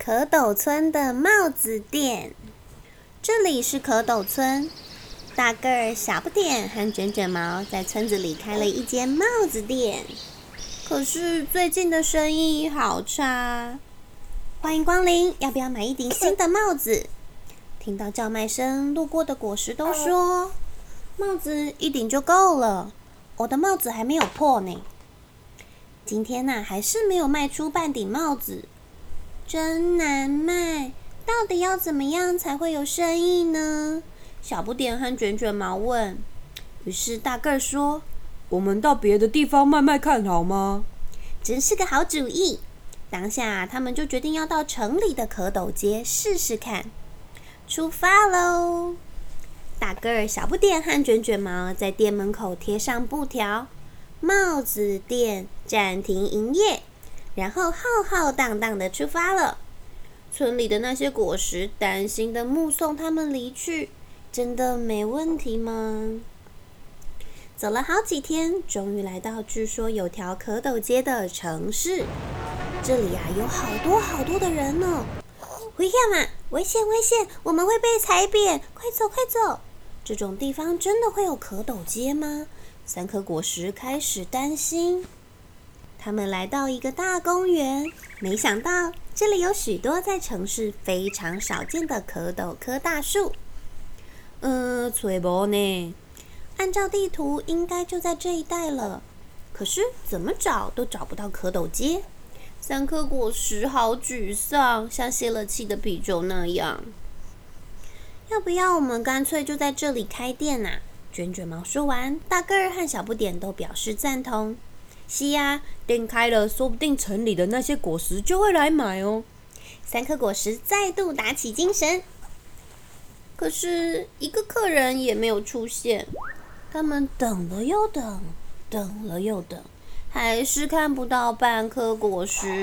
蝌蚪村的帽子店。这里是蝌蚪村，大个儿、小不点和卷卷毛在村子里开了一间帽子店。可是最近的生意好差。欢迎光临，要不要买一顶新的帽子？听到叫卖声，路过的果实都说：帽子一顶就够了，我的帽子还没有破呢。今天还是没有卖出半顶帽子，真难卖。到底要怎么样才会有生意呢？小不点和卷卷毛问。于是大个儿说： 我们到别的地方卖卖看好吗？ 真是个好主意。当下他们就决定要到城里的蝌蚪街试试看。出发喽！大个儿、小不点和卷卷毛在店门口贴上布条：帽子店暂停营业，然后浩浩荡荡的出发了。村里的那些果实担心的目送他们离去，真的没问题吗？走了好几天，终于来到据说有条蝌蚪街的城市。这里有好多好多的人呢。危险嘛！危险危险！我们会被踩扁！快走快走！这种地方真的会有蝌蚪街吗？三颗果实开始担心。他们来到一个大公园，没想到这里有许多在城市非常少见的蝌蚪棵大树。找不呢？按照地图应该就在这一带了，可是怎么找都找不到蝌蚪街。三颗果实好沮丧，像泄了气的啤酒那样。要不要我们干脆就在这里开店啊？卷卷毛说完，大个儿和小不点都表示赞同。是呀，店开了，说不定城里的那些果实就会来买哦。三颗果实再度打起精神。可是一个客人也没有出现，他们等了又等，等了又等，还是看不到半颗果实。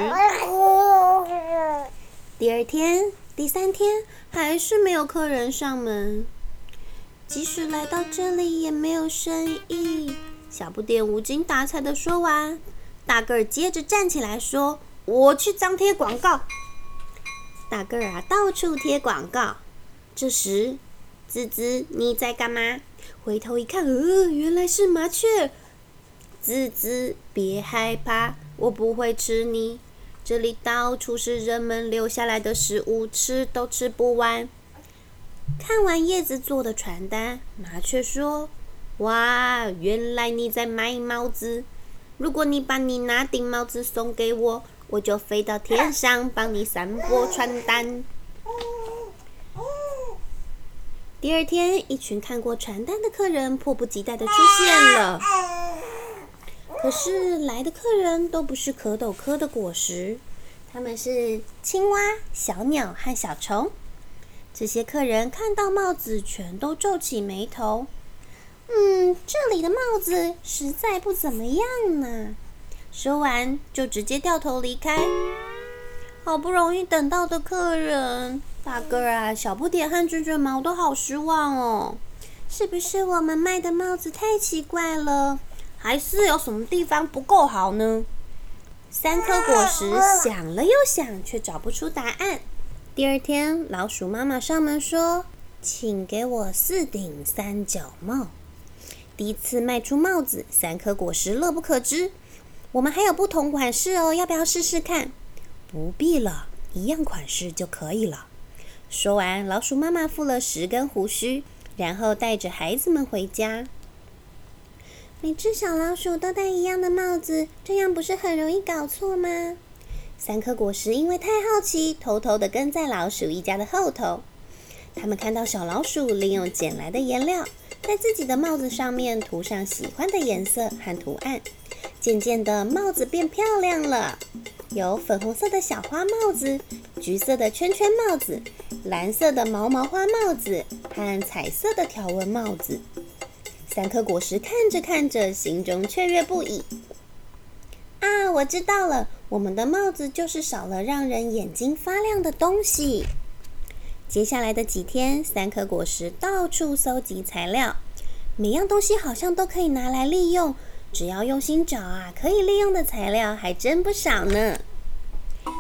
第二天、第三天，还是没有客人上门。即使来到这里，也没有生意。小不点无精打采地说完，大个儿接着站起来说：我去张贴广告。大个儿到处贴广告。这时，滋滋，你在干嘛？回头一看，原来是麻雀。滋滋，别害怕，我不会吃你。这里到处是人们留下来的食物，吃都吃不完。看完叶子做的传单，麻雀说：哇，原来你在卖帽子。如果你把你那顶帽子送给我，我就飞到天上帮你散播传单。第二天，一群看过传单的客人迫不及待地出现了。可是来的客人都不是蝌蚪科的果实，他们是青蛙、小鸟和小虫。这些客人看到帽子全都皱起眉头。这里的帽子实在不怎么样呢。说完就直接掉头离开。好不容易等到的客人，大个儿小不点和卷卷毛都好失望哦。是不是我们卖的帽子太奇怪了？还是有什么地方不够好呢？三颗果实想了又想，却找不出答案。第二天，老鼠妈妈上门说：请给我4顶三角帽。第一次卖出帽子，三颗果实乐不可支。我们还有不同款式哦，要不要试试看？不必了，一样款式就可以了。说完，老鼠妈妈付了10根胡须，然后带着孩子们回家。每只小老鼠都戴一样的帽子，这样不是很容易搞错吗？三颗果实因为太好奇，偷偷地跟在老鼠一家的后头。他们看到小老鼠利用捡来的颜料，在自己的帽子上面涂上喜欢的颜色和图案。渐渐的，帽子变漂亮了，有粉红色的小花帽子、橘色的圈圈帽子、蓝色的毛毛花帽子和彩色的条纹帽子。三颗果实看着看着，心中雀跃不已。我知道了，我们的帽子就是少了让人眼睛发亮的东西。接下来的几天，三颗果实到处搜集材料，每样东西好像都可以拿来利用，只要用心找可以利用的材料还真不少呢。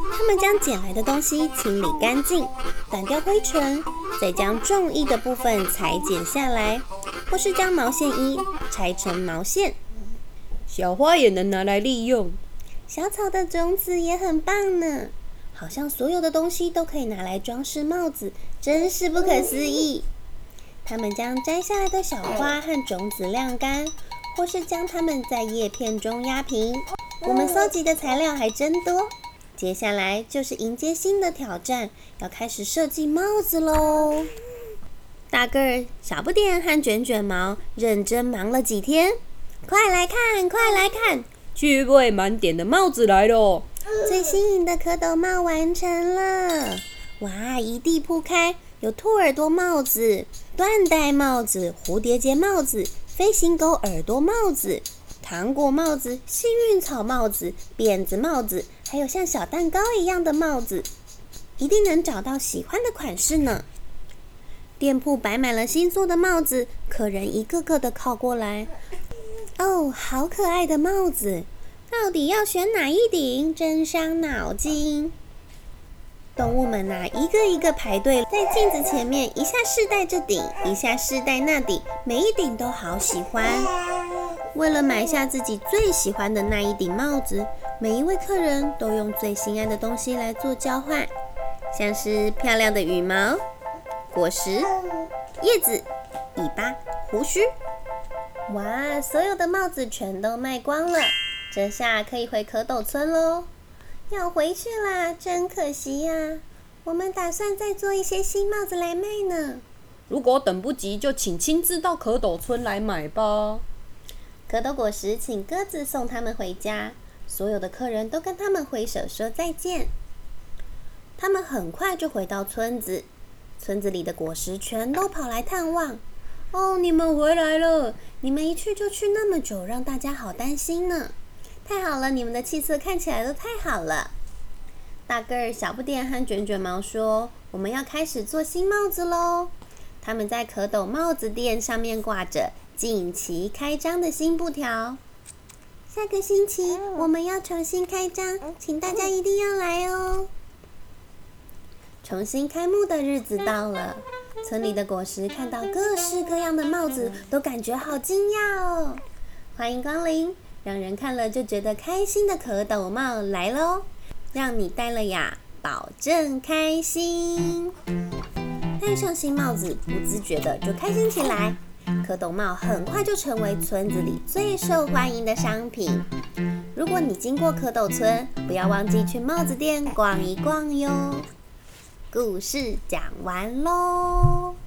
他们将捡来的东西清理干净，掸掉灰尘，再将中意的部分裁剪下来，或是将毛线衣拆成毛线。 小花也能拿来利用， 小草的种子也很棒呢。好像所有的东西都可以拿来装饰帽子，真是不可思议。他们将摘下来的小花和种子晾干，或是将它们在叶片中压平。我们搜集的材料还真多，接下来就是迎接新的挑战，要开始设计帽子咯。大个儿、小不点和卷卷毛认真忙了几天，快来看，快来看， 趣味满点的帽子来咯！ 最新颖的蝌蚪帽完成了！哇，一地铺开，有兔耳朵帽子、缎带帽子、蝴蝶结帽子、飞行狗耳朵帽子、糖果帽子、幸运草帽子、辫子帽子，还有像小蛋糕一样的帽子，一定能找到喜欢的款式呢。店铺摆满了新做的帽子，客人一个个的靠过来。哦，好可爱的帽子！到底要选哪一顶？真伤脑筋。动物们一个一个排队在镜子前面，一下试戴这顶，一下试戴那顶，每一顶都好喜欢。为了买下自己最喜欢的那一顶帽子，每一位客人都用最心爱的东西来做交换，像是漂亮的羽毛、果实、叶子、尾巴、胡须。哇，所有的帽子全都卖光了，这下可以回蝌蚪村咯。要回去啦，真可惜呀。我们打算再做一些新帽子来卖呢。 如果等不及，就请亲自到蝌蚪村来买吧。 蝌蚪果实请鸽子送他们回家，所有的客人都跟他们挥手说再见。他们很快就回到村子，村子里的果实全都跑来探望。哦，你们回来了！你们一去就去那么久，让大家好担心呢。太好了，你们的气色看起来都太好了。大个儿、小不点和卷卷毛说：“我们要开始做新帽子喽！”他们在蝌蚪帽子店上面挂着近期开张的新布条。下个星期我们要重新开张，请大家一定要来哦。重新开幕的日子到了，村里的果实看到各式各样的帽子，都感觉好惊讶哦！欢迎光临，让人看了就觉得开心的蝌蚪帽来咯，让你戴了呀，保证开心。戴上新帽子，不自觉的就开心起来。蝌蚪帽很快就成为村子里最受欢迎的商品。如果你经过蝌蚪村，不要忘记去帽子店逛一逛哟。故事讲完咯。